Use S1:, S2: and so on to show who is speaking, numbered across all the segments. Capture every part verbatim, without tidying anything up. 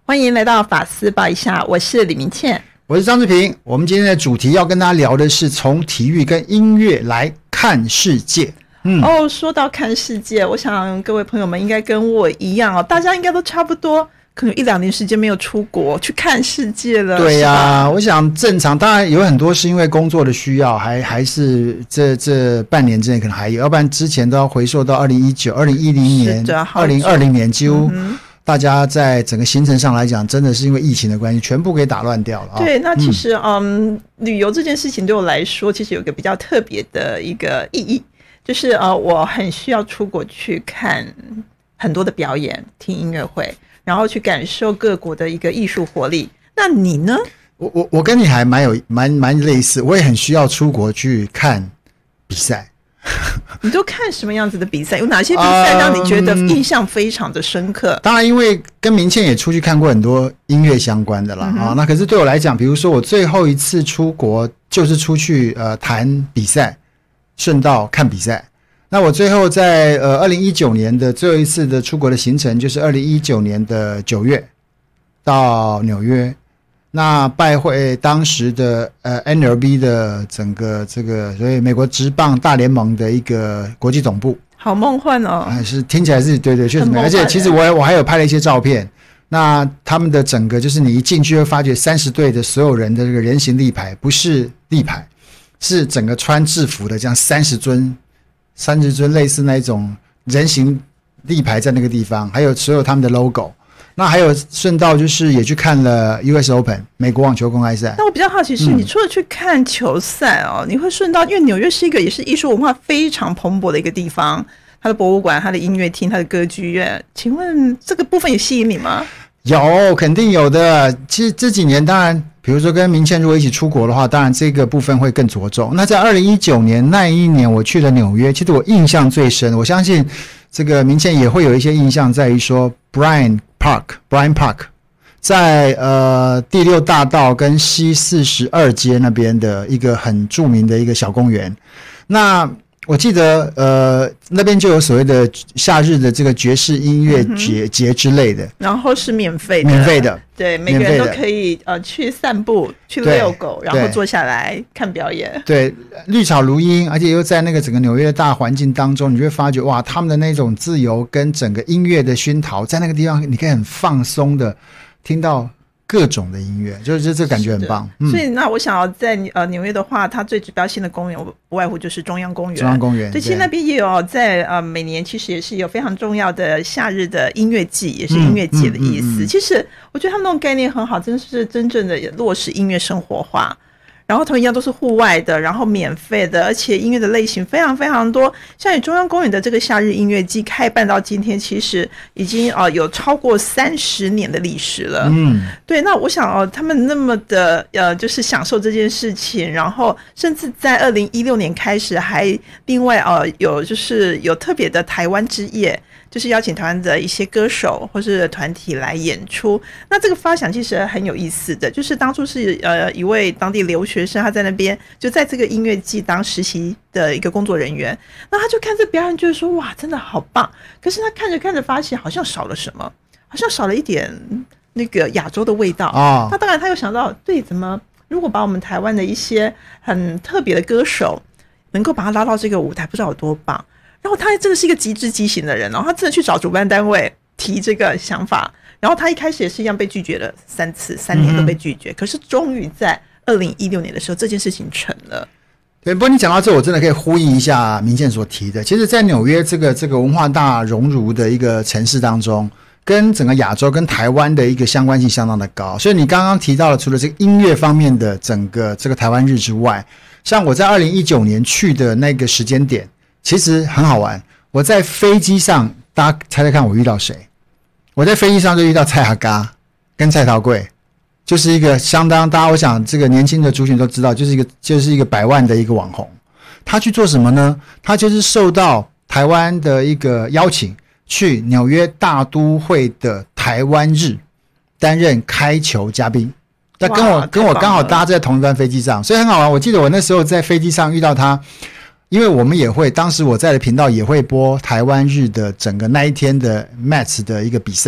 S1: 欢迎来到法斯报一下，我是李明倩，
S2: 我是张志平。我们今天的主题要跟大家聊的是从体育跟音乐来看世界。
S1: 嗯，哦，说到看世界，我想各位朋友们应该跟我一样哦，大家应该都差不多，可能一两年时间没有出国去看世界了。
S2: 对呀、啊，我想正常，当然有很多是因为工作的需要，还还是这这半年之内可能还有，要不然之前都要回溯到二零一九、二零一零年、二零二零年，几乎。嗯，大家在整个行程上来讲，真的是因为疫情的关系，全部给打乱掉了、哦。
S1: 对，那其实嗯，嗯，旅游这件事情对我来说，其实有一个比较特别的一个意义，就是呃，我很需要出国去看很多的表演，听音乐会，然后去感受各国的一个艺术活力。那你呢？
S2: 我我我跟你还蛮有蛮蛮类似，我也很需要出国去看比赛。
S1: 你都看什么样子的比赛？有哪些比赛让你觉得印象非常的深刻？
S2: 嗯、当然，因为跟明倩也出去看过很多音乐相关的啦、嗯、啊。那可是对我来讲，比如说我最后一次出国就是出去呃谈比赛，顺道看比赛。那我最后在呃二零一九年的最后一次的出国的行程，就是二零一九年的九月到纽约。那拜会当时的呃 N L B 的整个这个，所以美国职棒大联盟的一个国际总部，
S1: 好梦幻哦！
S2: 还是听起来是对对，确实美，而且其实我我还有拍了一些照片。那他们的整个就是你一进去会发觉三十队的所有人的这个人形立牌，不是立牌，是整个穿制服的这样三十尊，三十尊类似那种人形立牌在那个地方，还有所有他们的 logo。那还有顺道就是也去看了 U S Open 美国网球公开赛。
S1: 那我比较好奇是、嗯、你除了去看球赛哦，你会顺道，因为纽约是一个也是艺术文化非常蓬勃的一个地方，它的博物馆、它的音乐厅、它的歌剧院，请问这个部分也吸引你吗？
S2: 有，肯定有的。其实这几年当然比如说跟明倩如果一起出国的话，当然这个部分会更着重。那在二零一九年那一年我去了纽约，其实我印象最深，我相信这个明倩也会有一些印象，在于说 Bryant Park Bryant Park 在呃第六大道跟西四十二街那边的一个很著名的一个小公园。那我记得呃那边就有所谓的夏日的这个爵士音乐节、嗯、节之类的，
S1: 然后是免费的，
S2: 免费的，
S1: 对，每个人都可以呃去散步，去遛狗，然后坐下来看表演。对，
S2: 绿草如茵，而且又在那个整个纽约的大环境当中，你就会发觉哇，他们的那种自由跟整个音乐的熏陶，在那个地方你可以很放松的听到各种的音乐，就是这感觉很棒。
S1: 嗯、所以那我想要在呃纽约的话，它最指标性的公园不外乎就是中央公园。
S2: 中央公园，
S1: 对，其实那边也有在呃每年其实也是有非常重要的夏日的音乐季，也是音乐节的意思。嗯嗯嗯嗯、其实我觉得他们那种概念很好，真是真正的落实音乐生活化。然后同样都是户外的，然后免费的，而且音乐的类型非常非常多。像以中央公园的这个夏日音乐季开办到今天，其实已经呃有超过三十年的历史了。嗯，对。那我想哦，他们那么的呃，就是享受这件事情，然后甚至在二零一六年开始还另外呃有就是有特别的台湾之夜。就是邀请台湾的一些歌手或是团体来演出。那这个发想其实很有意思的，就是当初是呃一位当地留学生，他在那边就在这个音乐季当实习的一个工作人员。那他就看这表演，就是说哇，真的好棒。可是他看着看着发现好像少了什么，好像少了一点那个亚洲的味道。哦，那当然他又想到，对，怎么如果把我们台湾的一些很特别的歌手能够把他拉到这个舞台，不知道有多棒。然后他真的是一个极致畸形的人，然后他真的去找主办单位提这个想法，然后他一开始也是一样被拒绝了三次，三年都被拒绝，嗯、可是终于在二零一六年的时候，这件事情成了。
S2: 对，不过你讲到这，我真的可以呼应一下明倩所提的。其实，在纽约这个这个文化大熔炉的一个城市当中，跟整个亚洲跟台湾的一个相关性相当的高。所以你刚刚提到了，除了这个音乐方面的整个这个台湾日之外，像我在二零一九年去的那个时间点。其实很好玩，我在飞机上，大家猜猜看我遇到谁？我在飞机上就遇到蔡阿嘎跟蔡桃贵，就是一个相当大家我想这个年轻的族群都知道，就是一个就是一个百万的一个网红。他去做什么呢？他就是受到台湾的一个邀请，去纽约大都会的台湾日担任开球嘉宾。那跟我跟我刚好搭在同一班飞机上，所以很好玩。我记得我那时候在飞机上遇到他。因为我们也会，当时我在的频道也会播台湾日的整个那一天的 match 的一个比赛，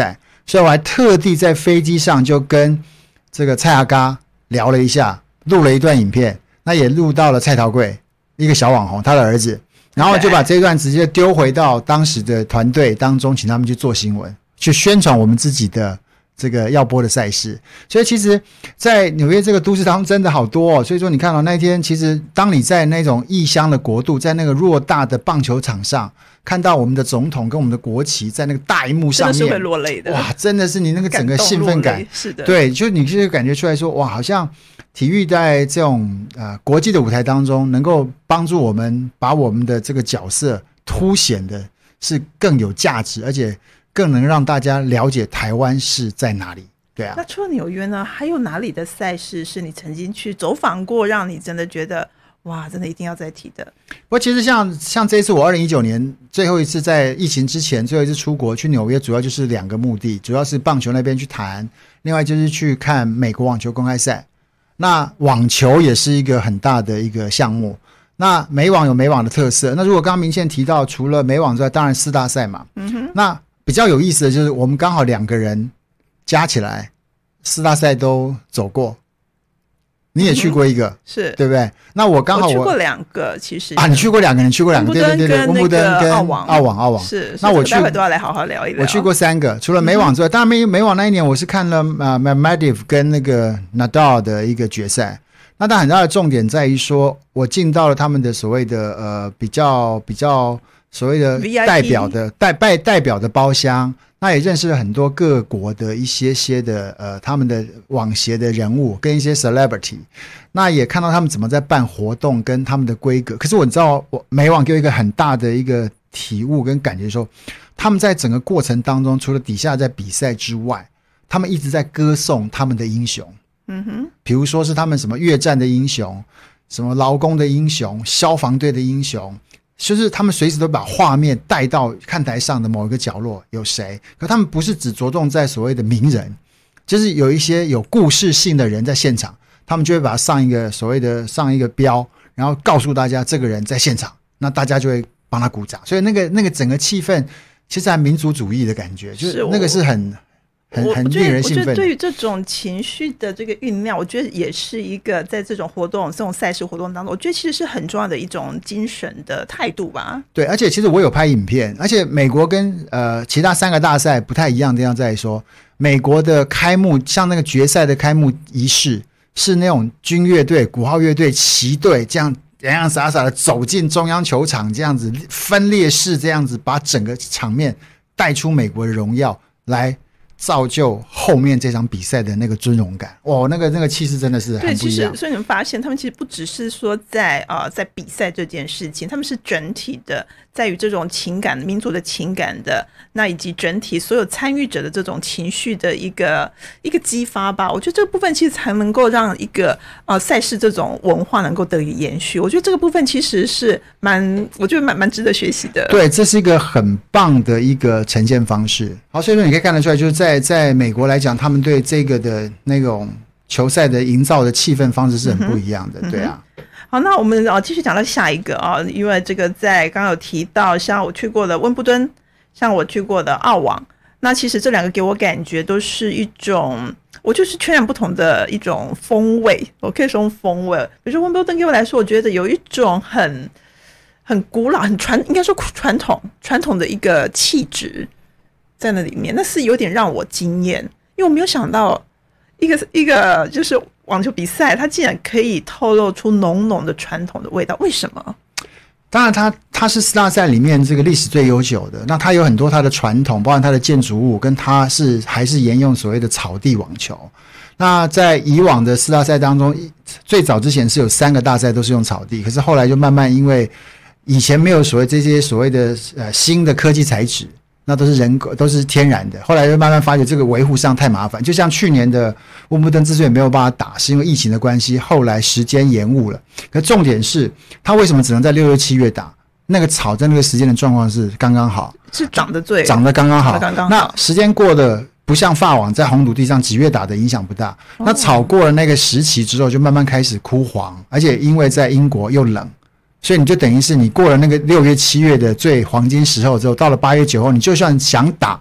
S2: 所以我还特地在飞机上就跟这个蔡阿嘎聊了一下，录了一段影片，那也录到了蔡桃贵一个小网红他的儿子，然后就把这一段直接丢回到当时的团队当中，请他们去做新闻，去宣传我们自己的这个要播的赛事。所以其实在纽约这个都市当中真的好多哦，所以说你看到、哦、那一天其实当你在那种异乡的国度，在那个偌大的棒球场上看到我们的总统跟我们的国旗在那个大荧幕上面，
S1: 真的是会落泪的。
S2: 哇，真的是你那个整个兴奋感，
S1: 是的，
S2: 对，就你就感觉出来说，哇，好像体育在这种呃国际的舞台当中，能够帮助我们把我们的这个角色凸显的是更有价值，而且更能让大家了解台湾是在哪里。对啊，
S1: 那除了纽约呢，还有哪里的赛事是你曾经去走访过，让你真的觉得哇，真的一定要再提的？
S2: 不过其实像像这一次我二零一九年最后一次在疫情之前最后一次出国去纽约，主要就是两个目的，主要是棒球那边去谈，另外就是去看美国网球公开赛。那网球也是一个很大的一个项目，那美网有美网的特色。那如果刚刚明宪提到除了美网之外，当然四大赛嘛，嗯哼，那比较有意思的就是我们刚好两个人加起来四大赛都走过，你也去过一个，嗯、
S1: 是
S2: 对不对？那我刚好 我,
S1: 我去过两个，其实
S2: 啊，你去过两个，你去过两个，对对对对，温布登跟澳网，澳网，澳网
S1: 是。
S2: 那我去，
S1: 待会都要来好好聊一聊。
S2: 我去过三个，除了美网之外，嗯、当然美美网那一年我是看了啊 Medvedev 跟那个 Nadal 的一个决赛。那但很大的重点在于说，我进到了他们的所谓的呃比较比较所谓的代表的代代代表的包厢。那也认识了很多各国的一些些的呃他们的网协的人物跟一些 celebrity， 那也看到他们怎么在办活动跟他们的规格。可是我知道我美网给我一个很大的一个体悟跟感觉说，他们在整个过程当中除了底下在比赛之外，他们一直在歌颂他们的英雄。嗯哼，比如说是他们什么越战的英雄，什么劳工的英雄，消防队的英雄，就是他们随时都把画面带到看台上的某一个角落有谁，可他们不是只着重在所谓的名人，就是有一些有故事性的人在现场，他们就会把它上一个所谓的上一个标，然后告诉大家这个人在现场，那大家就会帮他鼓掌。所以那个那个整个气氛其实还民族主义的感觉，就是那个是很很很令人兴奋的。
S1: 我觉得对于这种情绪的这个酝酿，我觉得也是一个在这种活动这种赛事活动当中，我觉得其实是很重要的一种精神的态度吧。
S2: 对，而且其实我有拍影片，而且美国跟呃其他三个大赛不太一样的地方在于说，美国的开幕像那个决赛的开幕仪式是那种军乐队、鼓号乐队旗队这样洋洋洒洒的走进中央球场，这样子分列式这样子把整个场面带出美国的荣耀来造就后面这场比赛的那个尊荣感。哇，那个那个气势真的是很不一样。
S1: 对，其实所以你们发现他们其实不只是说在呃在比赛这件事情，他们是整体的在于这种情感民族的情感的，那以及整体所有参与者的这种情绪的一个一个激发吧。我觉得这个部分其实才能够让一个呃赛事这种文化能够得以延续。我觉得这个部分其实是蛮我觉得蛮蛮值得学习的。
S2: 对，这是一个很棒的一个呈现方式。好，所以说你可以看得出来，就是在在美国来讲，他们对这个的那种球赛的营造的气氛方式是很不一样的。嗯、对啊。
S1: 好，那我们啊继续讲到下一个啊，因为这个在刚刚有提到，像我去过的温布敦，像我去过的澳网，那其实这两个给我感觉都是一种，我就是全然不同的一种风味，我可以说风味。比如说温布敦给我来说，我觉得有一种很很古老、很传，应该说传统传统的一个气质在那里面，那是有点让我惊艳，因为我没有想到一个一个就是网球比赛，它竟然可以透露出浓浓的传统的味道，为什么？
S2: 当然它，它是四大赛里面这个历史最悠久的，那它有很多它的传统，包含它的建筑物，跟它是还是沿用所谓的草地网球。那在以往的四大赛当中，最早之前是有三个大赛都是用草地，可是后来就慢慢因为以前没有所谓这些所谓的呃新的科技材质。那都是人工，都是天然的。后来就慢慢发觉这个维护上太麻烦，就像去年的温布登之所以没有办法打，是因为疫情的关系，后来时间延误了。可重点是，它为什么只能在六月、七月打？那个草在那个时间的状况是刚刚好，
S1: 是长得最
S2: 长得刚刚好。
S1: 刚刚好。
S2: 那时间过的不像法网在红土地上几月打的影响不大，哦、那草过了那个时期之后，就慢慢开始枯黄，而且因为在英国又冷。所以你就等于是你过了那个六月七月的最黄金时候之后，到了八月九号，你就算想打，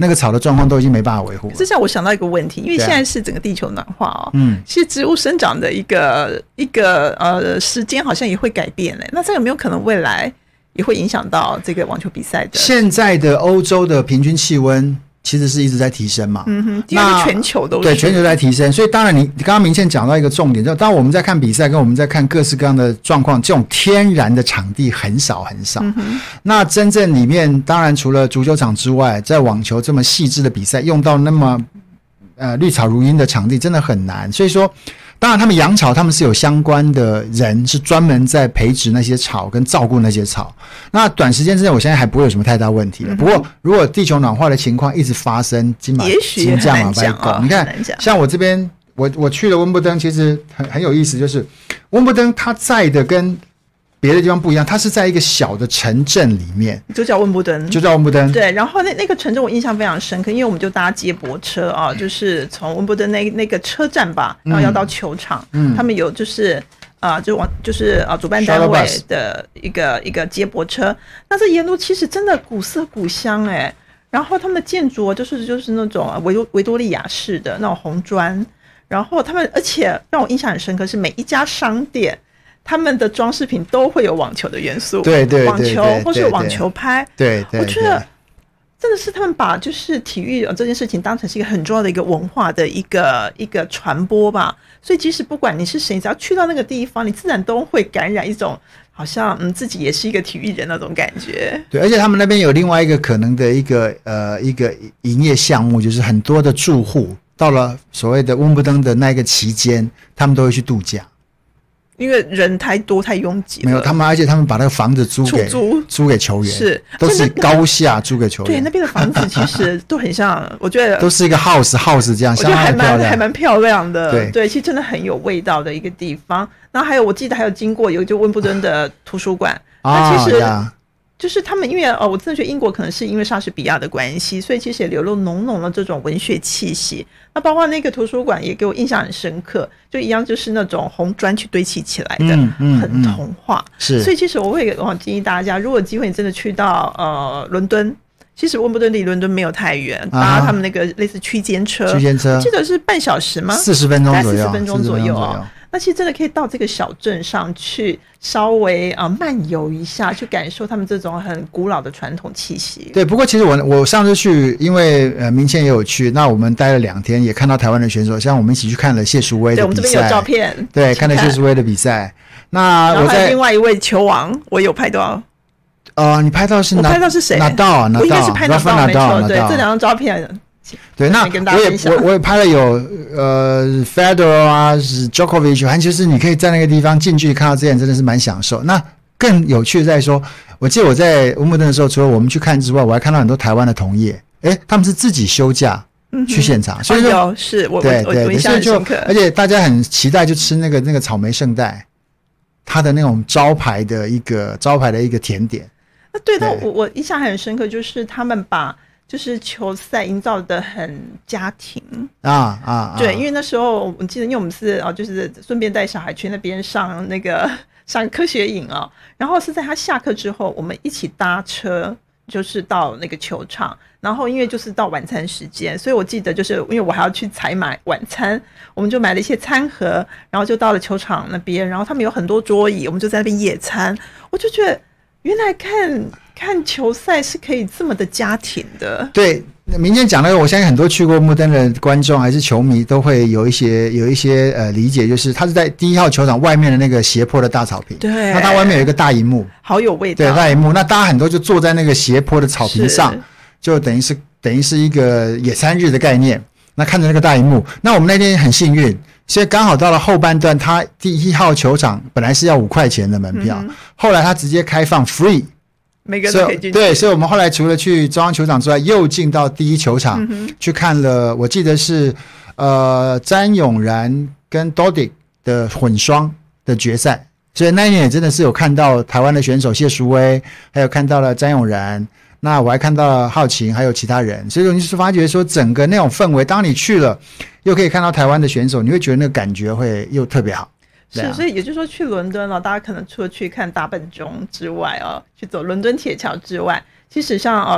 S2: 那个草的状况都已经没办法维护了。
S1: 这下我想到一个问题，因为现在是整个地球暖化哦，
S2: 嗯，
S1: 其实植物生长的一个一个呃时间好像也会改变嘞。那这有没有可能未来也会影响到这个网球比赛的？
S2: 现在的欧洲的平均气温其实是一直在提升嘛，
S1: 嗯哼，因为全球都是
S2: 对全球在提升，所以当然你你刚刚明倩讲到一个重点，就当我们在看比赛跟我们在看各式各样的状况，这种天然的场地很少很少。嗯、那真正里面当然除了足球场之外，在网球这么细致的比赛用到那么呃绿草如茵的场地真的很难，所以说。当然他们养草他们是有相关的人是专门在培植那些草跟照顾那些草，那短时间之内我现在还不会有什么太大问题了、嗯、不过如果地球暖化的情况一直发生，金马
S1: 也许很难讲、哦、
S2: 你看像我这边我我去了温布登，其实很很有意思，就是温布登它在的跟别的地方不一样，它是在一个小的城镇里面，
S1: 就叫温布登，
S2: 就叫温布登。对，
S1: 然后那那个城镇我印象非常深刻，因为我们就搭接驳车啊，就是从温布登那那个车站吧，然后要到球场，嗯、他们有就是啊、呃，就往就是啊、呃、主办单位的一个一个接驳车。那这沿路其实真的古色古香哎、欸，然后他们的建筑就是就是那种维多维多利亚式的那种红砖，然后他们而且让我印象很深刻是每一家商店。他们的装饰品都会有网球的元素，
S2: 对对对，
S1: 网球或是网球拍，
S2: 对对，
S1: 我觉得真的是他们把就是体育这件事情当成是一个很重要的一个文化的一个一个传播吧。所以即使不管你是谁，只要去到那个地方，你自然都会感染一种好像嗯自己也是一个体育人那种感觉。
S2: 对，而且他们那边有另外一个可能的一个呃一个营业项目，就是很多的住户到了所谓的温布登的那个期间，他们都会去度假。
S1: 因为人太多太拥挤了，
S2: 没有他们，而且他们把那个房子租给租租给球员，
S1: 是
S2: 都是高价租给球员。
S1: 对，那边的房子其实都很像，我觉得
S2: 都是一个 house house 这样，
S1: 我觉得还蛮还蛮漂亮的。
S2: 对
S1: 对，其实真的很有味道的一个地方。然后还有，我记得还有经过有就温布登的图书馆，
S2: 啊，
S1: 其实就是他们因为哦，我真的觉得英国可能是因为莎士比亚的关系，所以其实也流露浓浓的这种文学气息。那包括那个图书馆也给我印象很深刻，就一样就是那种红砖去堆砌起来的，
S2: 嗯嗯、
S1: 很童话。
S2: 是，
S1: 所以其实我会我建议大家，如果有机会你真的去到呃伦敦，其实温布登离伦敦没有太远，搭、啊、他们那个类似区间车，
S2: 区间车
S1: 我记得是半小时吗？
S2: 四十分钟左右，
S1: 四十分钟左右啊。那其实真的可以到这个小镇上去稍微啊、呃、漫游一下，去感受他们这种很古老的传统气息。
S2: 对，不过其实我我上次去，因为呃明倩也有去，那我们待了两天，也看到台湾的选手，像我们一起去看了谢淑薇的比赛。对，
S1: 我们这边有照片。
S2: 对，看了谢淑薇的比赛。那我在
S1: 然后还有另外一位球王，我有拍到。
S2: 呃，你拍到是哪？
S1: 我拍到是谁？
S2: 拿到，拿到，
S1: 我应该是拍到到，没错。对，这两张照片。
S2: 对，那我也我我也拍了有呃 Federer 啊，是 Djokovic， 还就是你可以在那个地方近距离看到这些人，真的是蛮享受。那更有趣的在说，我记得我在温布登的时候，除了我们去看之外，我还看到很多台湾的同业，哎，他们是自己休假去现场，嗯、所以说、
S1: 哦、是我
S2: 对对对，所以就而且大家很期待就吃那个那个草莓圣代，它的那种招牌的一个招牌的一个甜点。
S1: 那对，那我我印象还很深刻，就是他们把。就是球赛营造的很家庭
S2: 啊啊啊！
S1: 对，因为那时候我记得，因为我们是哦，就是顺便带小孩去那边上那个上科学营哦，然后是在他下课之后，我们一起搭车，就是到那个球场，然后因为就是到晚餐时间，所以我记得就是因为我还要去采买晚餐，我们就买了一些餐盒，然后就到了球场那边，然后他们有很多桌椅，我们就在那边野餐，我就觉得原来看。看球赛是可以这么的家庭的。对，
S2: 明天讲的，我相信很多去过温布登的观众还是球迷都会有一些有一些呃理解，就是他是在第一号球场外面的那个斜坡的大草坪，
S1: 对，
S2: 那它外面有一个大萤幕，
S1: 好有味道，
S2: 对，大萤幕，那大家很多就坐在那个斜坡的草坪上，就等于是等于是一个野餐日的概念，那看着那个大萤幕，那我们那天很幸运。所以刚好到了后半段，他第一号球场本来是要五块钱的门票，嗯、后来他直接开放 free。
S1: 每个人都可以进去。
S2: 对，所以我们后来除了去中央球场之外，又进到第一球场、嗯、去看了，我记得是呃詹永然跟 Dodig 的混双的决赛，所以那一年也真的是有看到台湾的选手谢淑薇，还有看到了詹永然，那我还看到了浩晴，还有其他人，所以你就是发觉说整个那种氛围，当你去了，又可以看到台湾的选手，你会觉得那个感觉会又特别好。
S1: 是，所以也就是说，去伦敦哦，大家可能除了去看大笨钟之外哦，去走伦敦铁桥之外，其实像呃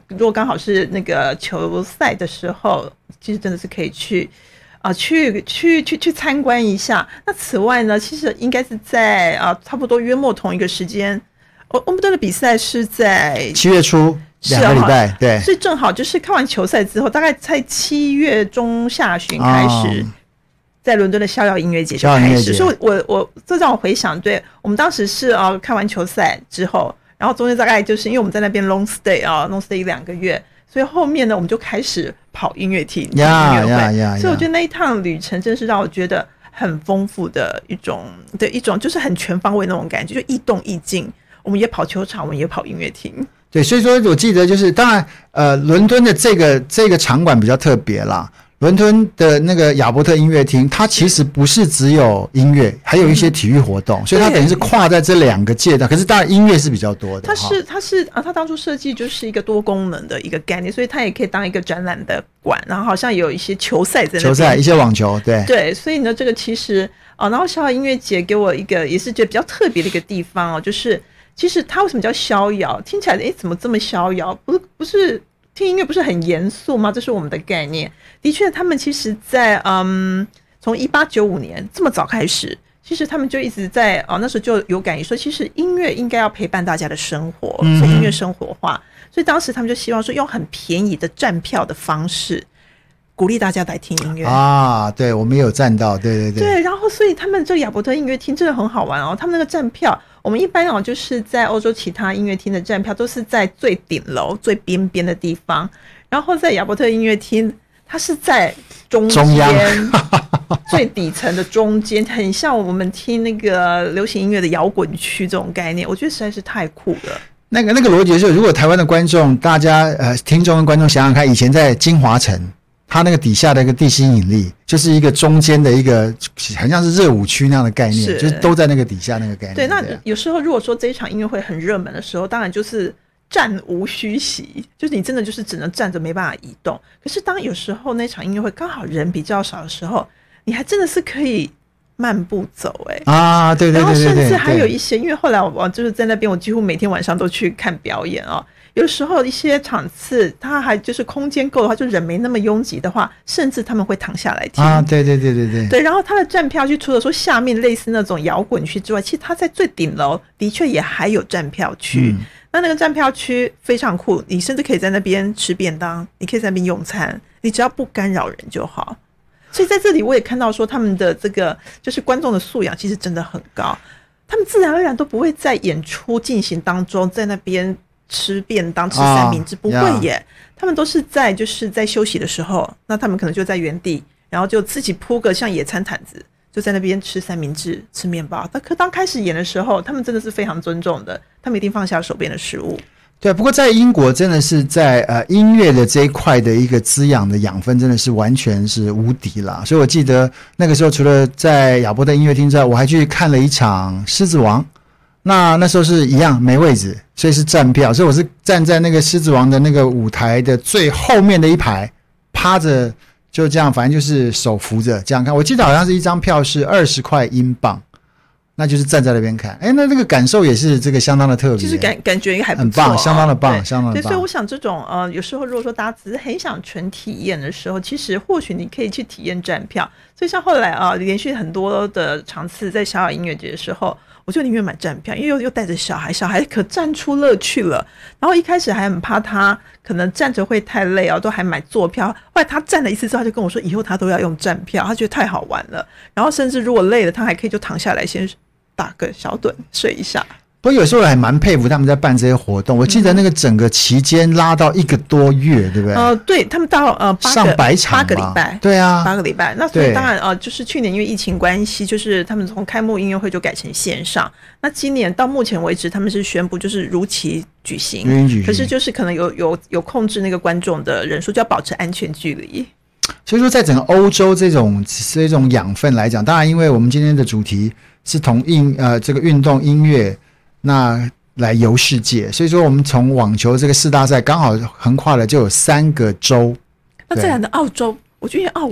S1: 如果刚好是那个球赛的时候，其实真的是可以去啊、呃，去去去去参观一下。那此外呢，其实应该是在啊、呃、差不多约莫同一个时间，温布顿的比赛是在
S2: 七月初两个礼拜，对，
S1: 所以正好就是看完球赛之后，大概在七月中下旬开始。哦，在伦敦的逍遥音乐节就开始，所以我我这让我回想，对我们当时是啊、呃、看完球赛之后，然后中间大概就是因为我们在那边 long stay 啊 long stay 一两个月，所以后面呢我们就开始跑音乐厅、
S2: yeah,
S1: 音乐会，
S2: yeah, yeah, yeah.
S1: 所以我觉得那一趟旅程真是让我觉得很丰富的一种的一种就是很全方位那种感觉，就亦动亦静。我们也跑球场，我们也跑音乐厅。
S2: 对，所以说我记得就是当然呃伦敦的这个这个场馆比较特别啦。伦敦的那个亚伯特音乐厅，它其实不是只有音乐，还有一些体育活动，嗯、所以它等于是跨在这两个阶段。可是当然音乐是比较多的。
S1: 它是它是啊，它当初设计就是一个多功能的一个概念，所以它也可以当一个展览的馆，然后好像有一些球赛在那边。
S2: 球赛一些网球，对
S1: 对，所以呢，这个其实啊，然后逍遥音乐节给我一个也是觉得比较特别的一个地方哦，就是其实它为什么叫逍遥？听起来哎，怎么这么逍遥？不是不是。听音乐不是很严肃吗？这是我们的概念。的确，他们其实在嗯，从一八九五年这么早开始，其实他们就一直在哦，那时候就有感觉说，其实音乐应该要陪伴大家的生活，所以音乐生活化。所以当时他们就希望说，用很便宜的站票的方式，鼓励大家来听音乐
S2: 啊。对，我们也有站到，对对对。
S1: 对，然后所以他们这个亚伯特音乐厅真的很好玩哦，他们那个站票。我们一般哦，就是在欧洲其他音乐厅的站票都是在最顶楼、最边边的地方，然后在亚伯特音乐厅，它是在中间
S2: 中央
S1: 最底层的中间，很像我们听那个流行音乐的摇滚区这种概念，我觉得实在是太酷了。
S2: 那个那个逻辑是，如果台湾的观众，大家呃听众跟观众想想看，以前在金华城。它那个底下的一个地心引力，就是一个中间的一个，很像是热舞区那样的概念，是就是都在那个底下那个概念。
S1: 对，那有时候如果说这一场音乐会很热门的时候，当然就是站无虚席，就是你真的就是只能站着没办法移动。可是当有时候那场音乐会刚好人比较少的时候，你还真的是可以慢步走哎、欸、
S2: 啊，对对对对对，
S1: 然后甚至还有一些，因为后来我就是在那边，我几乎每天晚上都去看表演哦。有时候一些场次，它还就是空间够的话，就人没那么拥挤的话，甚至他们会躺下来听
S2: 啊。对对对对对。
S1: 对，然后它的站票区除了说下面类似那种摇滚区之外，其实它在最顶楼的确也还有站票区。嗯、那那个站票区非常酷，你甚至可以在那边吃便当，你可以在那边用餐，你只要不干扰人就好。所以在这里我也看到说，他们的这个就是观众的素养其实真的很高，他们自然而然都不会在演出进行当中在那边。吃便当吃三明治、oh, 不会耶、yeah. 他们都是在就是在休息的时候，那他们可能就在原地，然后就自己铺个像野餐毯子，就在那边吃三明治吃面包。但可当开始演的时候，他们真的是非常尊重的，他们一定放下手边的食物。
S2: 对，不过在英国真的是在呃音乐的这一块的一个滋养的养分真的是完全是无敌啦。所以我记得那个时候除了在亚伯特音乐厅之外，我还去看了一场狮子王。那那时候是一样没位置，所以是站票，所以我是站在那个狮子王的那个舞台的最后面的一排，趴着就这样，反正就是手扶着这样看。我记得好像是一张票是二十块英镑，那就是站在那边看。哎，那这个感受也是这个相当的特别，
S1: 就是感感觉也还不错、
S2: 很棒，相当的棒，相当的棒。
S1: 对，所以我想这种呃，有时候如果说大家只是很想纯体验的时候，其实或许你可以去体验站票。所以像后来啊，连续很多的场次在小小音乐节的时候。我就宁愿买站票，因为又又带着小孩，小孩可站出乐趣了。然后一开始还很怕他可能站着会太累哦，都还买坐票。后来他站了一次之后，他就跟我说，以后他都要用站票，他觉得太好玩了。然后甚至如果累了，他还可以就躺下来先打个小盹睡一下。
S2: 不过有时候还蛮佩服他们在办这些活动。我记得那个整个期间拉到一个多月，对不对？
S1: 呃，对他们到呃八个
S2: 上百场
S1: 八个礼拜，
S2: 对啊，
S1: 八个礼拜。那所以当然呃，就是去年因为疫情关系，就是他们从开幕音乐会就改成线上。那今年到目前为止，他们是宣布就是如期举行，
S2: 如期举行。
S1: 可是就是可能有有有控制那个观众的人数，就要保持安全距离。
S2: 所以说，在整个欧洲这种这种养分来讲，当然因为我们今天的主题是同运呃这个运动音乐那。来游世界，所以说我们从网球这个四大赛刚好横跨了就有三个州。
S1: 那再来的澳洲，我觉得澳网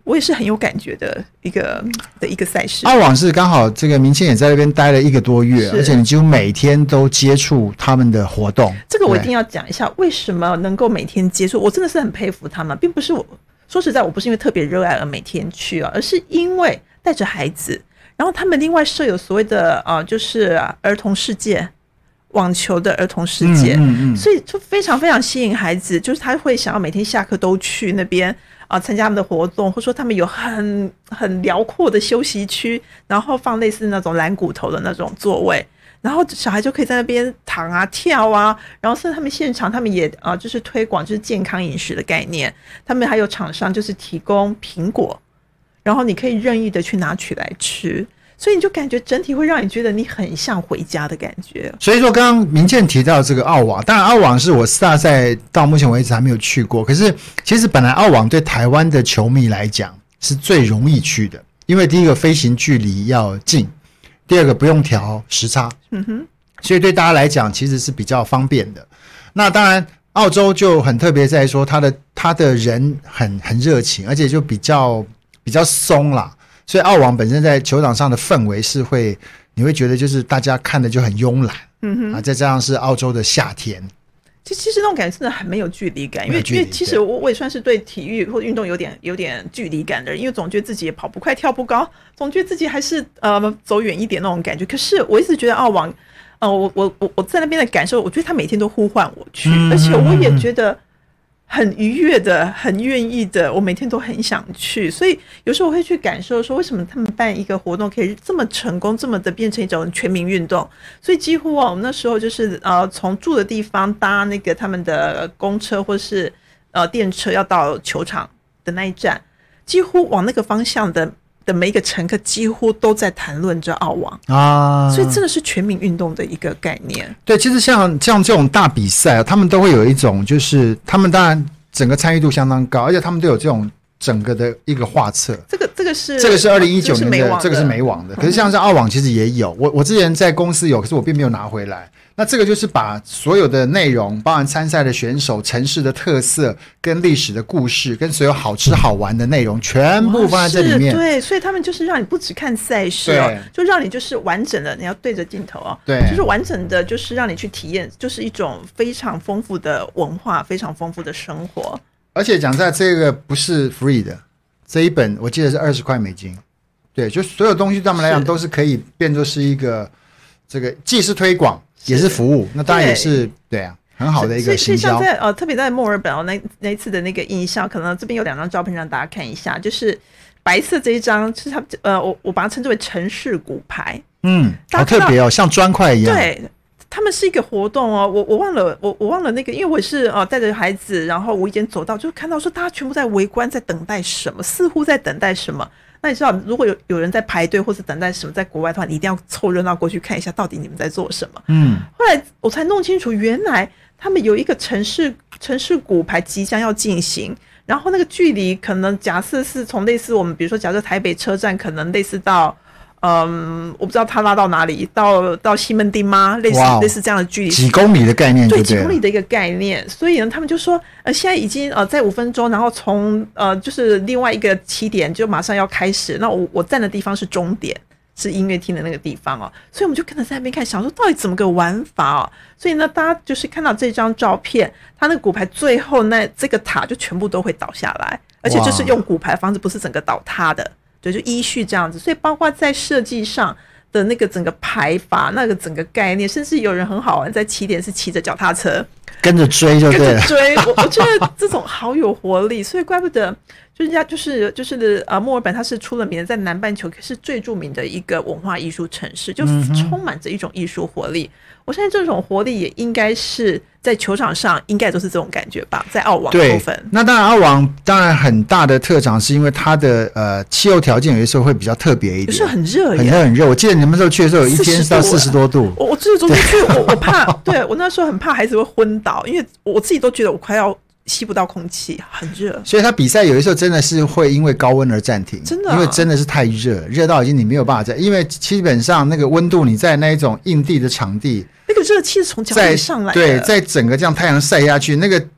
S1: 我也是很有感觉的一个的一个赛事。
S2: 澳网是刚好这个明倩也在那边待了一个多月，而且你几乎每天都接触他们的活动。
S1: 这个我一定要讲一下，为什么能够每天接触，我真的是很佩服他们，并不是我说实在，我不是因为特别热爱而每天去啊，而是因为带着孩子，然后他们另外设有所谓的呃，就是儿童世界。网球的儿童世界，嗯嗯嗯，所以就非常非常吸引孩子，就是他会想要每天下课都去那边啊参加他们的活动，或者说他们有很很辽阔的休息区，然后放类似那种蓝骨头的那种座位，然后小孩就可以在那边躺啊跳啊，然后甚至他们现场他们也啊就是推广就是健康饮食的概念，他们还有厂商就是提供苹果，然后你可以任意的去拿取来吃。所以你就感觉整体会让你觉得你很像回家的感觉。
S2: 所以说刚刚明倩提到这个澳网，当然澳网是我四大赛到目前为止还没有去过，可是其实本来澳网对台湾的球迷来讲是最容易去的，因为第一个飞行距离要近，第二个不用调时差，嗯哼，所以对大家来讲其实是比较方便的。那当然澳洲就很特别在说他的他的人很很热情，而且就比较比较松啦。所以澳网本身在球场上的氛围是会，你会觉得就是大家看的就很慵懒，嗯哼，啊，再加上是澳洲的夏天，
S1: 其实那种感觉真的很没有距离感，因为因为其实我我也算是对体育或运动有点有点距离感的人，因为总觉得自己也跑不快跳不高，总觉得自己还是呃走远一点那种感觉。可是我一直觉得澳网，呃，我我我我在那边的感受，我觉得他每天都呼唤我去，嗯、而且我也觉得。很愉悦的，很愿意的，我每天都很想去，所以有时候我会去感受说，为什么他们办一个活动可以这么成功，这么的变成一种全民运动。所以几乎啊，我们那时候就是呃，从住的地方搭那个他们的公车或是呃电车要到球场的那一站，几乎往那个方向的。的每一个乘客几乎都在谈论着澳网啊，所以真的是全民运动的一个概念。
S2: 对，其实像像这种大比赛，他们都会有一种，就是他们当然整个参与度相当高，而且他们都有这种整个的一个画册。
S1: 这个这个是
S2: 这个是二零一九年的，这个是美网的。可是像是澳网其实也有，我我之前在公司有，可是我并没有拿回来。那这个就是把所有的内容，包含参赛的选手、城市的特色、跟历史的故事、跟所有好吃好玩的内容，全部放在这里面。
S1: 对，所以他们就是让你不只看赛事哦，就让你就是完整的，你要对着镜头哦，
S2: 对，
S1: 就是完整的，就是让你去体验，就是一种非常丰富的文化，非常丰富的生活。
S2: 而且讲在这个不是 free 的，这一本我记得是二十块美金。对，就所有东西对他们来讲都是可以变作是一个这个既是推广。也是服务，那当然也是 对, 对啊，很好的一个行销。
S1: 像在呃，特别在墨尔本哦，那那一次的那个印象，可能这边有两张照片让大家看一下，就是白色这一张，就是它呃，我我把它称之为城市骨牌，
S2: 嗯，好特别哦，像砖块一样。
S1: 对，他们是一个活动哦，我我忘了，我我忘了那个，因为我是呃带着孩子，然后无意间走到，就看到说大家全部在围观，在等待什么，似乎在等待什么。那你知道，如果有有人在排队或是等待什么，在国外的话，你一定要凑热闹过去看一下，到底你们在做什么。嗯，后来我才弄清楚，原来他们有一个城市城市骨牌即将要进行，然后那个距离可能假设是从类似我们，比如说假设台北车站，可能类似到。嗯，我不知道他拉到哪里，到到西门町吗？类似类似这样的距离，
S2: 几公里的概念就对，
S1: 对，几公里的一个概念。所以呢，他们就说，呃，现在已经呃在五分钟，然后从呃就是另外一个起点就马上要开始。那我我站的地方是终点，是音乐厅的那个地方哦。所以我们就可能在那边看，想说到底怎么个玩法哦。所以呢，大家就是看到这张照片，它那个骨牌最后那这个塔就全部都会倒下来，而且就是用骨牌的方式，不是整个倒塌的。对，就依序这样子，所以包括在设计上的那个整个排法，那个整个概念，甚至有人很好玩，在起点是骑着脚踏车
S2: 跟着追就对了，
S1: 跟着追，我我觉得这种好有活力，所以怪不得就是人家就是就是呃墨尔本它是出了名的，在南半球可是最著名的一个文化艺术城市，就充满着一种艺术活力。我相信这种活力也应该是在球场上应该都是这种感觉吧，在澳网的部分。
S2: 那当然澳网当然很大的特长是因为它的呃气候条件有的时候会比较特别一点，
S1: 有时候很热，
S2: 很热很热。我记得你们那时候去的时候有一天是到四十多度，
S1: 我我自己昨天去我我怕，对我那时候很怕孩子会昏倒，因为我自己都觉得我快要吸不到空气，很热。
S2: 所以他比赛有的时候真的是会因为高温而暂停，
S1: 真的、啊，
S2: 因为真的是太热，热到已经你没有办法在，因为基本上那个温度你在那一种硬地的场地，
S1: 那个热气是从脚底上来的，
S2: 对，在整个这样太阳晒下去，那个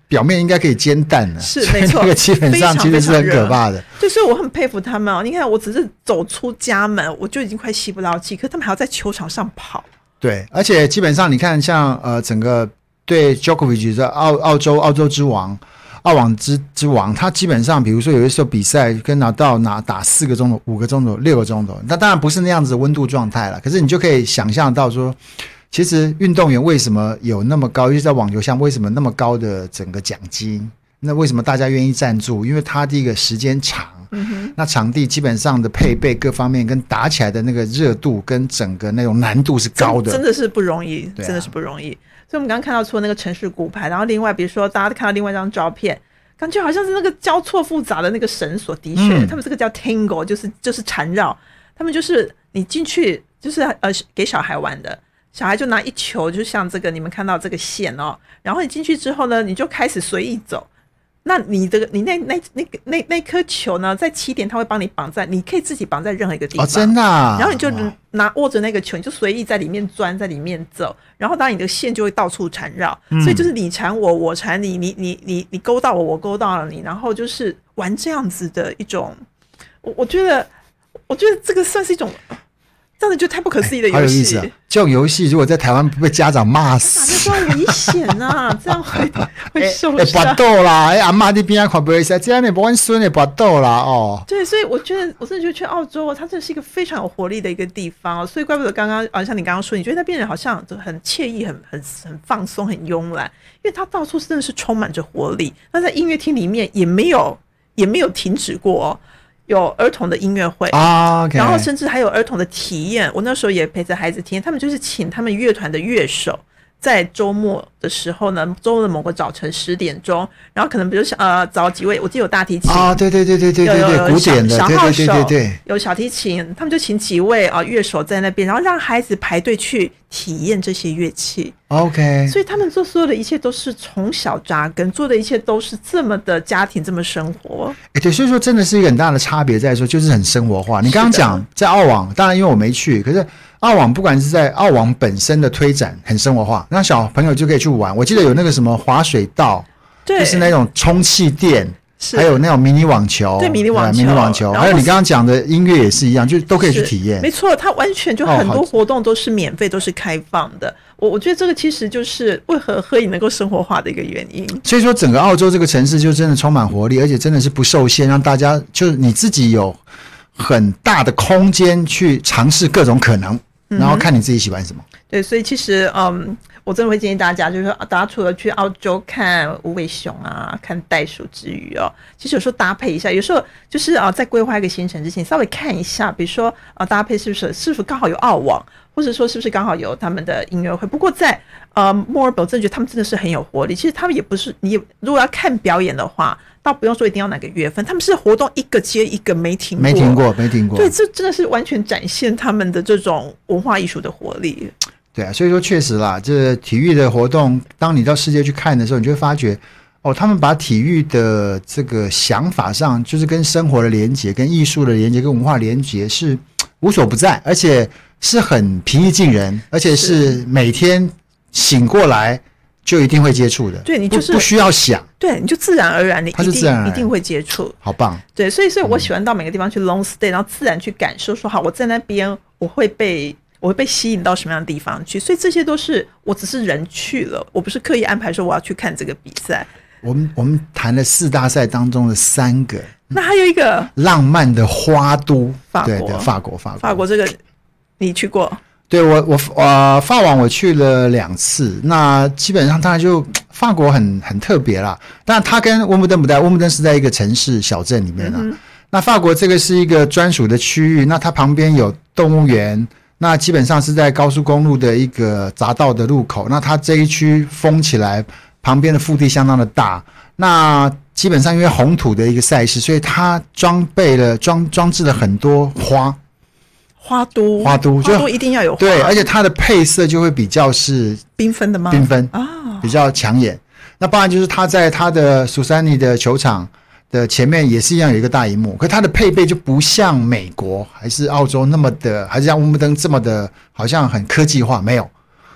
S2: 表面应该可以煎蛋了，
S1: 是没错，
S2: 那个基本上其实是很可怕的。
S1: 对，所以我很佩服他们哦。你看，我只是走出家门，我就已经快吸不到气，可是他们还要在球场上跑。
S2: 对，而且基本上你看像，呃整个对 Djokovic 的澳澳洲澳洲之王。澳网之之王，他基本上比如说有的时候比赛跟拿到拿打四个钟头、五个钟头、六个钟头，那当然不是那样子的温度状态了。可是你就可以想象到说，其实运动员为什么有那么高，尤其在网球项为什么那么高的整个奖金？那为什么大家愿意赞助？因为他第一个时间长，嗯哼，那场地基本上的配备各方面跟打起来的那个热度跟整个那种难度是高的，
S1: 真的是不容易，
S2: 啊、
S1: 真的是不容易。所以我们刚刚看到除了那个城市骨牌，然后另外比如说大家看到另外一张照片，感觉好像是那个交错复杂的那个绳索，的确、嗯、他们这个叫 tango， 就是就是缠绕，他们就是你进去就是呃给小孩玩的，小孩就拿一球，就像这个你们看到这个线哦，然后你进去之后呢，你就开始随意走。那你的你那那那个那那颗球呢，在起点它会帮你绑在，你可以自己绑在任何一个地方，
S2: 哦，真的、啊。
S1: 然后你就拿握着那个球，你就随意在里面钻，在里面走，然后当然你的线就会到处缠绕，嗯、所以就是你缠我，我缠你，你你你你勾到我，我勾到了你，然后就是玩这样子的一种，我我觉得我觉得这个算是一种。这样子就太不可思议的游戏、欸，好有意思啊！这
S2: 种游戏如果在台湾被家长骂死，
S1: 哪就说危险啊！这样会会受伤。
S2: 搏斗啦！哎，阿妈那边看不会噻，这样你不问孙的搏斗啦哦。
S1: 对，所以我觉得，我真的觉得去澳洲，它真的是一个非常有活力的一个地方、哦。所以怪不得刚刚啊，像你刚刚说，你觉得那边人好像很惬意、很很很放松、很慵懒，因为它到处真的是充满着活力。那在音乐厅里面也没有也没有停止过、哦。有儿童的音乐会啊、oh, okay. 然后甚至还有儿童的体验。我那时候也陪着孩子体验，他们就是请他们乐团的乐手，在周末的时候呢，周末的某个早晨十点钟，然后可能比如呃找几位，我记得有大提琴啊，
S2: oh, 对对对对对对对，古典的，
S1: 小号手，
S2: 对对对对对，
S1: 有小提琴，他们就请几位啊、呃、乐手在那边，然后让孩子排队去体验这些乐器。
S2: OK，
S1: 所以他们做所有的一切都是从小扎根，做的一切都是这么的家庭，这么生活。
S2: 哎，对，所以说真的是一个很大的差别，在说就是很生活化。你刚刚讲在澳网，当然因为我没去，可是澳网不管是在澳网本身的推展很生活化，让小朋友就可以去玩。我记得有那个什么滑水道，对，就是那种充气垫。还有那种迷你网球，
S1: 对迷你网球，
S2: 迷你网球，还有你刚刚讲的音乐也是一样，就都可以去体验。
S1: 没错，它完全就很多活动都是免费，都是开放的。我我觉得这个其实就是为何合影能够生活化的一个原因。
S2: 所以说，整个澳洲这个城市就真的充满活力，而且真的是不受限，让大家就是你自己有很大的空间去尝试各种可能，然后看你自己喜欢什么。
S1: 嗯、对，所以其实嗯。我真的会建议大家，就是说，大家除了去澳洲看无尾熊啊、看袋鼠之余哦，其实有时候搭配一下，有时候就是啊，在规划一个行程之前，稍微看一下，比如说啊，搭配是不是是不是刚好有澳网，或者说是不是刚好有他们的音乐会。不过在呃墨尔本，我真的觉得他们真的是很有活力。其实他们也不是你如果要看表演的话，倒不用说一定要哪个月份，他们是活动一个接一个，没停过，
S2: 没停过，没停过。
S1: 对，这真的是完全展现他们的这种文化艺术的活力。
S2: 对啊，所以说确实啦，这体育的活动，当你到世界去看的时候，你就会发觉，哦，他们把体育的这个想法上，就是跟生活的连结、跟艺术的连结、跟文化连结是无所不在，而且是很平易近人，而且是每天醒过来就一定会接触的。
S1: 对，你就是
S2: 不, 不需要想，
S1: 对，你就自然而然，你一定
S2: 它是自然而然
S1: 一定会接触，
S2: 好棒。
S1: 对，所以所以我喜欢到每个地方去 long stay，、嗯、然后自然去感受，说好我在那边我会被。我会被吸引到什么样的地方去，所以这些都是我只是人去了，我不是刻意安排说我要去看这个比赛。
S2: 我们我们谈了四大赛当中的三个，
S1: 那还有一个
S2: 浪漫的花都，
S1: 法国，
S2: 对对，法国法国
S1: 法国这个你去过？
S2: 对，我我呃法网我去了两次，那基本上当然就法国很很特别啦，但它跟温布登不在，温布登是在一个城市小镇里面啦、嗯、那法国这个是一个专属的区域，那它旁边有动物园。那基本上是在高速公路的一个匝道的路口，那它这一区封起来，旁边的腹地相当的大。那基本上因为红土的一个赛事，所以它装备了装装置了很多花，
S1: 花都
S2: 花都
S1: 花都一定要有花，
S2: 对，而且它的配色就会比较是
S1: 缤纷的吗？
S2: 缤纷
S1: 啊，
S2: 比较抢眼。那不然就是它在它的苏珊妮的球场的前面也是一样有一个大萤幕，可它的配备就不像美国还是澳洲那么的，还是像温布登这么的，好像很科技化，没有，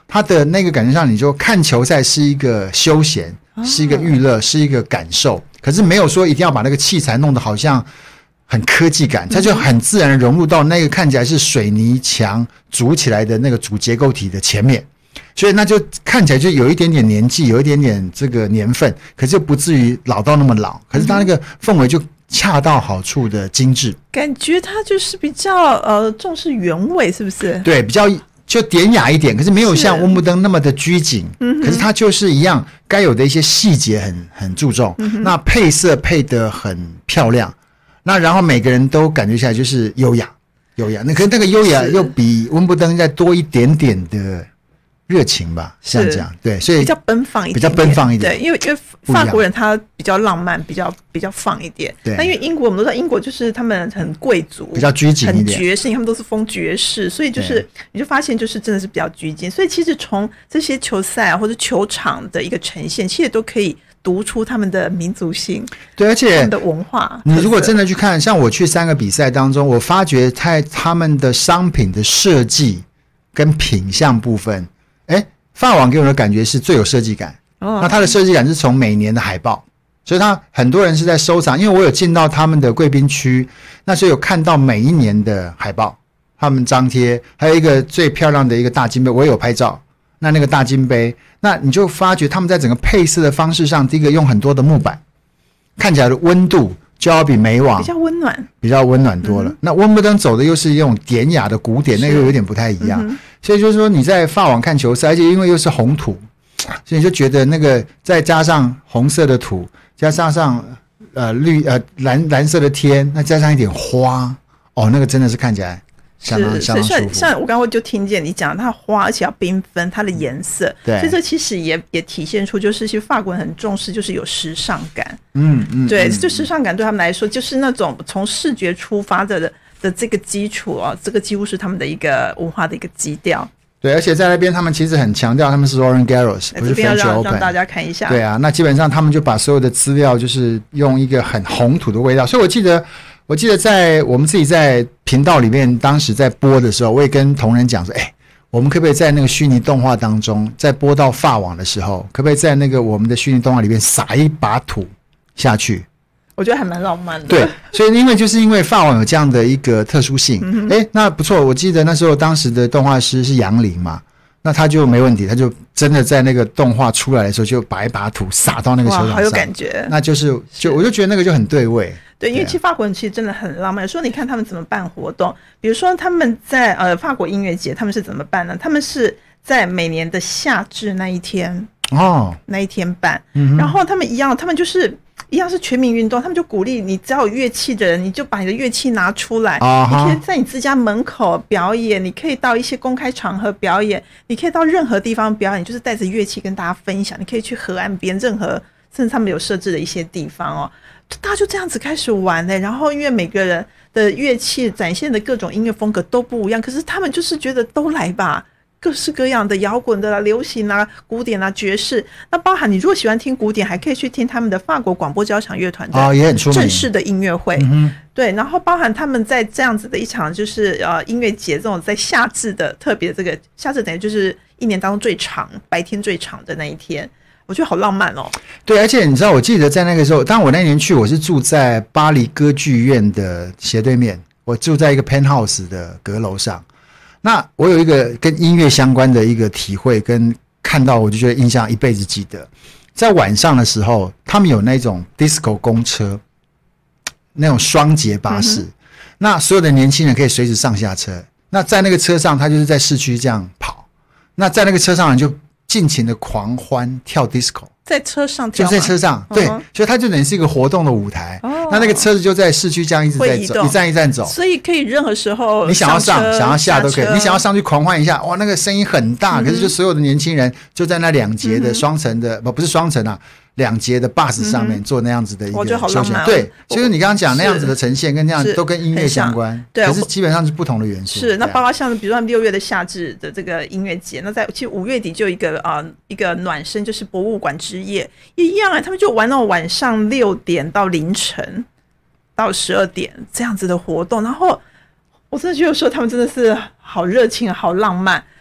S2: 他的那个感觉上，你就看球赛是一个休闲，是一个娱乐，是一个感受，可是没有说一定要把那个器材弄得好像很科技感，它就很自然的融入到那个看起来是水泥墙组起来的那个主结构体的前面，所以那就看起来就有一点点年纪，有一点点这个年份，可是又不至于老到那么老，可是它那个氛围就恰到好处的精致，
S1: 感觉它就是比较呃重视原味，是不是？
S2: 对，比较就典雅一点，可是没有像温布登那么的拘谨，嗯，可是它就是一样该有的一些细节很很注重，嗯，那配色配得很漂亮，那然后每个人都感觉起来就是优雅优雅，那可是那个优雅又比温布登再多一点点的热情吧，这样讲，对，所以
S1: 比较奔放一点点，
S2: 比较奔放一点，
S1: 对，因为因为法国人他比较浪漫，比较比较放一点，对。那因为英国我们都知道，英国就是他们很贵族，
S2: 比较拘谨一点，
S1: 很爵士，他们都是封爵士，所以就是你就发现就是真的是比较拘谨，所以其实从这些球赛啊或者球场的一个呈现，其实都可以读出他们的民族性，
S2: 对，而且
S1: 他们的文化。
S2: 你如果真的去看，像我去三个比赛当中，我发觉在他们的商品的设计跟品相部分，哎。法网给我的感觉是最有设计感，哦，那它的设计感是从每年的海报，所以他很多人是在收藏，因为我有进到他们的贵宾区，那所以有看到每一年的海报，他们张贴，还有一个最漂亮的一个大金杯，我也有拍照，那那个大金杯，那你就发觉他们在整个配色的方式上，第一个用很多的木板，看起来的温度就要比美网
S1: 比较温暖，比
S2: 较温暖多了，嗯，那温布登走的又是一种典雅的古典，那个有点不太一样，嗯，所以就是说你在法网看球赛，而且因为又是红土，所以你就觉得那个再加上红色的土，加上上呃绿呃蓝蓝色的天，那加上一点花，哦，那个真的是看起来相当相当舒服。
S1: 像我刚刚就听见你讲，它花而且要缤纷，它的颜色，对，所以这其实也也体现出就是其实法国人很重视，就是有时尚感，
S2: 嗯嗯，
S1: 对，就时尚感对他们来说，就是那种从视觉出发的。的这个基础哦，这个几乎是他们的一个文化的一个基调。
S2: 对，而且在那边他们其实很强调他们是 Roland Garros， 不是 French Open，
S1: 让大家看一下。
S2: 对啊，那基本上他们就把所有的资料就是用一个很红土的味道，所以我记得我记得在我们自己在频道里面当时在播的时候，我也跟同仁讲说，哎，我们可不可以在那个虚拟动画当中，在播到法网的时候，可不可以在那个我们的虚拟动画里面撒一把土下去？
S1: 我觉得还蛮浪漫的。
S2: 对，所以因为就是因为法网有这样的一个特殊性，哎、嗯，那不错。我记得那时候当时的动画师是杨林嘛，那他就没问题，他就真的在那个动画出来的时候就把一把土撒到那个球场上，
S1: 好有感觉。
S2: 那就是就我就觉得那个就很对味。
S1: 对，因为其实法国人其实真的很浪漫。有时候你看他们怎么办活动，比如说他们在呃法国音乐节，他们是怎么办呢？他们是在每年的夏至那一天哦，那一天办，嗯、然后他们一样，他们就是。一样是全民运动，他们就鼓励你，只要有乐器的人，你就把你的乐器拿出来。Uh-huh. 你可以在你自家门口表演，你可以到一些公开场合表演，你可以到任何地方表演，就是带着乐器跟大家分享。你可以去河岸边，任何甚至他们有设置的一些地方哦，大家就这样子开始玩嘞。然后因为每个人的乐器展现的各种音乐风格都不一样，可是他们就是觉得都来吧。各式各样的摇滚的啦、流行啊、古典啊、爵士，那包含你如果喜欢听古典，还可以去听他们的法国广播交响乐团的正式的音乐会。哦嗯、对，然后包含他们在这样子的一场就是呃音乐节，这种在夏至的特别这个夏至，等于就是一年当中最长、白天最长的那一天，我觉得好浪漫哦。
S2: 对，而且你知道，我记得在那个时候，当我那年去，我是住在巴黎歌剧院的斜对面，我住在一个 penthouse 的阁楼上。那我有一个跟音乐相关的一个体会跟看到，我就觉得印象一辈子记得。在晚上的时候，他们有那种 disco 公车，那种双节巴士，嗯、那所有的年轻人可以随时上下车。那在那个车上，他就是在市区这样跑。那在那个车上，你就尽情的狂欢跳 disco。
S1: 在车上跳，
S2: 就在车上，对，嗯、所以它就等于是一个活动的舞台。哦、那那个车子就在市区这样一直在走，一站一站走，
S1: 所以可以任何时候
S2: 你想要上、想要下都可以。你想要上去狂欢一下，哇，那个声音很大，嗯、可是就所有的年轻人就在那两节的双层的，不、嗯、不是双层啊，两节的 bus 上面做那样子的一个休闲。对，就是你刚刚讲那样子的呈现，跟那样都跟音乐相关，对，可是基本上是不同的元素。
S1: 是，那包括像比如说六月的夏至的这个音乐节，那在其实五月底就有一个啊、呃、一个暖身，就是博物馆之夜一样啊，他们就玩到晚上六点到凌晨到十二点这样子的活动，然后我真的觉得说他们真的是好热情、好浪漫。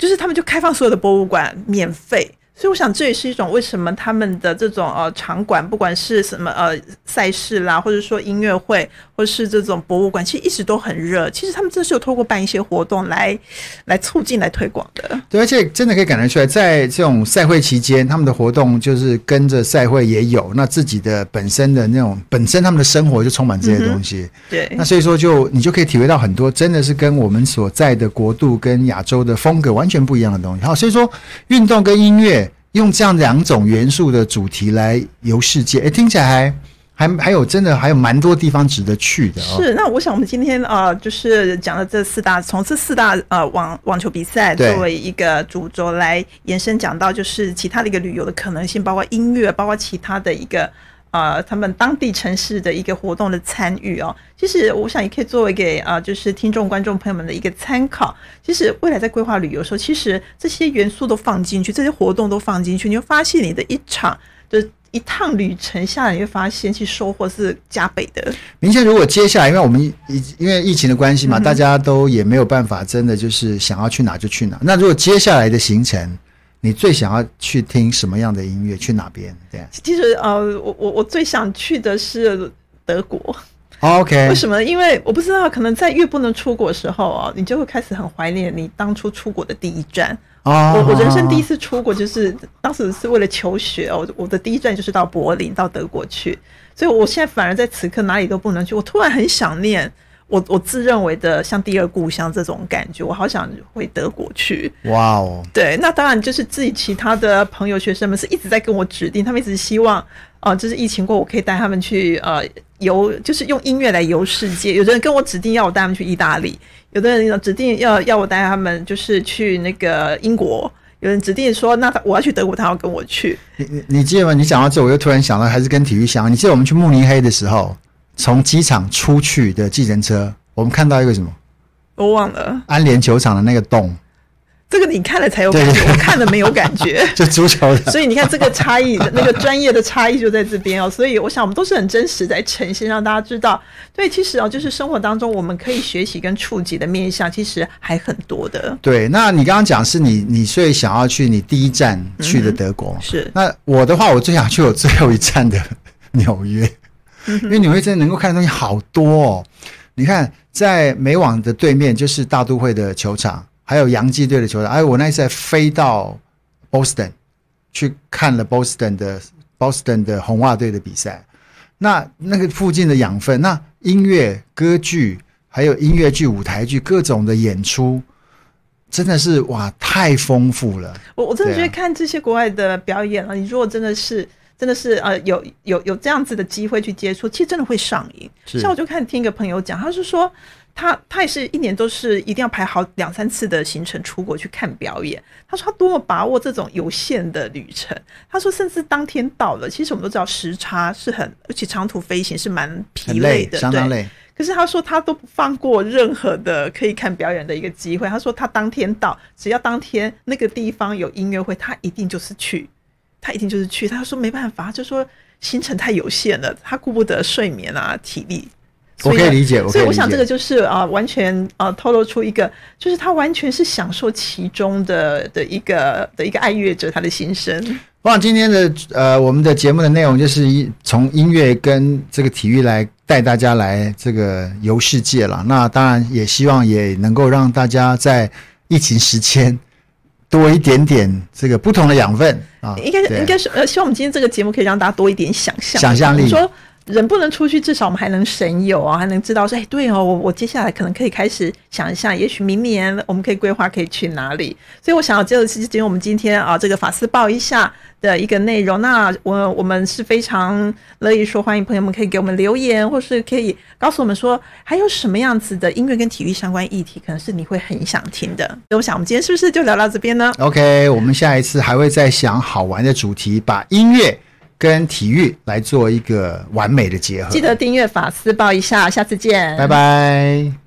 S1: 就是他们就开放所有的博物馆免费。所以我想这也是一种为什么他们的这种呃场馆，不管是什么呃赛事啦，或者说音乐会，或是这种博物馆，其实一直都很热。其实他们真的是有透过办一些活动来来促进、来推广的。
S2: 对，而且真的可以感觉出来，在这种赛会期间，他们的活动就是跟着赛会也有，那自己的本身的那种本身他们的生活就充满这些东西。
S1: 嗯、对，
S2: 那所以说就你就可以体会到很多真的是跟我们所在的国度跟亚洲的风格完全不一样的东西。好，所以说运动跟音乐。用这样两种元素的主题来游世界，诶，听起来还还还有真的还有蛮多地方值得去的哦。
S1: 是，那我想我们今天呃就是讲了这四大，从这四大呃网网球比赛作为一个主轴来延伸讲到就是其他的一个旅游的可能性，包括音乐，包括其他的一个呃他们当地城市的一个活动的参与哦。其实我想也可以作为给呃就是听众观众朋友们的一个参考。其实未来在规划旅游的时候，其实这些元素都放进去，这些活动都放进去，你会发现你的一场就是一趟旅程下来，你会发现其实收获是加倍的。
S2: 明显如果接下来，因为我们因为疫情的关系嘛、嗯，大家都也没有办法真的就是想要去哪就去哪。那如果接下来的行程，你最想要去听什么样的音乐？去哪边？对，
S1: 其实呃，我我我最想去的是德国。
S2: OK，
S1: 为什么？因为我不知道，可能在越不能出国的时候啊，你就会开始很怀念你当初出国的第一站。哦、我我人生第一次出国就是当时是为了求学哦，我的第一站就是到柏林，到德国去。所以我现在反而在此刻哪里都不能去，我突然很想念我我自认为的像第二故乡这种感觉，我好想回德国去。
S2: 哇哦！
S1: 对，那当然就是自己其他的朋友学生们是一直在跟我指定，他们一直希望呃，就是疫情过我可以带他们去呃游，就是用音乐来游世界。有的人跟我指定要我带他们去意大利，有的人指定要要我带他们就是去那个英国，有人指定说那我要去德国，他要跟我去。
S2: 你你你记得吗？你讲到这，我又突然想到，还是跟体育相关。你记得我们去慕尼黑的时候，从机场出去的计程车，我们看到一个什么？
S1: 我忘了。
S2: 安联球场的那个洞。
S1: 这个你看了才有感觉，我看了没有感觉。
S2: 就足球的，
S1: 所以你看这个差异，那个专业的差异就在这边哦。所以我想我们都是很真实在呈现，让大家知道。对，其实哦，就是生活当中我们可以学习跟触及的面向，其实还很多的。
S2: 对，那你刚刚讲是你你最想要去你第一站去的德国，
S1: 嗯、是。
S2: 那我的话，我最想去我最后一站的纽约，嗯、因为纽约真的能够看的东西好多哦。你看，在美网的对面就是大都会的球场。还有洋基队的球场，哎，我那一次还飞到 Boston 去看了 Boston 的 Boston 的红袜队的比赛。那那个附近的养分，那音乐、歌剧，还有音乐剧、舞台剧，各种的演出，真的是哇，太丰富了。
S1: 我我真的觉得看这些国外的表演啊，你如果真的是。真的是呃有有有这样子的机会去接触，其实真的会上瘾。像我就看听一个朋友讲，他是说他他也是一年都是一定要排好两三次的行程出国去看表演。他说他多么把握这种有限的旅程。他说甚至当天到了，其实我们都知道时差是很，而且长途飞行是蛮疲累的，
S2: 相当累。
S1: 可是他说他都不放过任何的可以看表演的一个机会。他说他当天到，只要当天那个地方有音乐会，他一定就是去。他一定就是去，他说没办法，就说行程太有限了，他顾不得睡眠啊、体力。
S2: 我可以理解，
S1: 所以我想这个就是啊、呃，完全啊、呃、透露出一个，就是他完全是享受其中的的一个的一个爱乐者他的心声。
S2: 我想今天的呃我们的节目的内容就是从音乐跟这个体育来带大家来这个游世界了。那当然也希望也能够让大家在疫情时间。多一点点这个不同的养分啊，
S1: 应该应该是呃，希望我们今天这个节目可以让大家多一点想象
S2: 想象力。
S1: 说人不能出去，至少我们还能神游啊，还能知道说，哎，对哦，我我接下来可能可以开始想一下，也许明年我们可以规划可以去哪里。所以我想要这是今天我们今天啊这个法斯报一下的一个内容。那我我们是非常乐意说欢迎朋友们可以给我们留言，或是可以告诉我们说还有什么样子的音乐跟体育相关议题，可能是你会很想听的。所以我想我们今天是不是就聊到这边呢
S2: ？OK， 我们下一次还会再想好玩的主题，把音乐跟体育来做一个完美的结合。
S1: 记得订阅法斯报一下，下次见，
S2: 拜拜。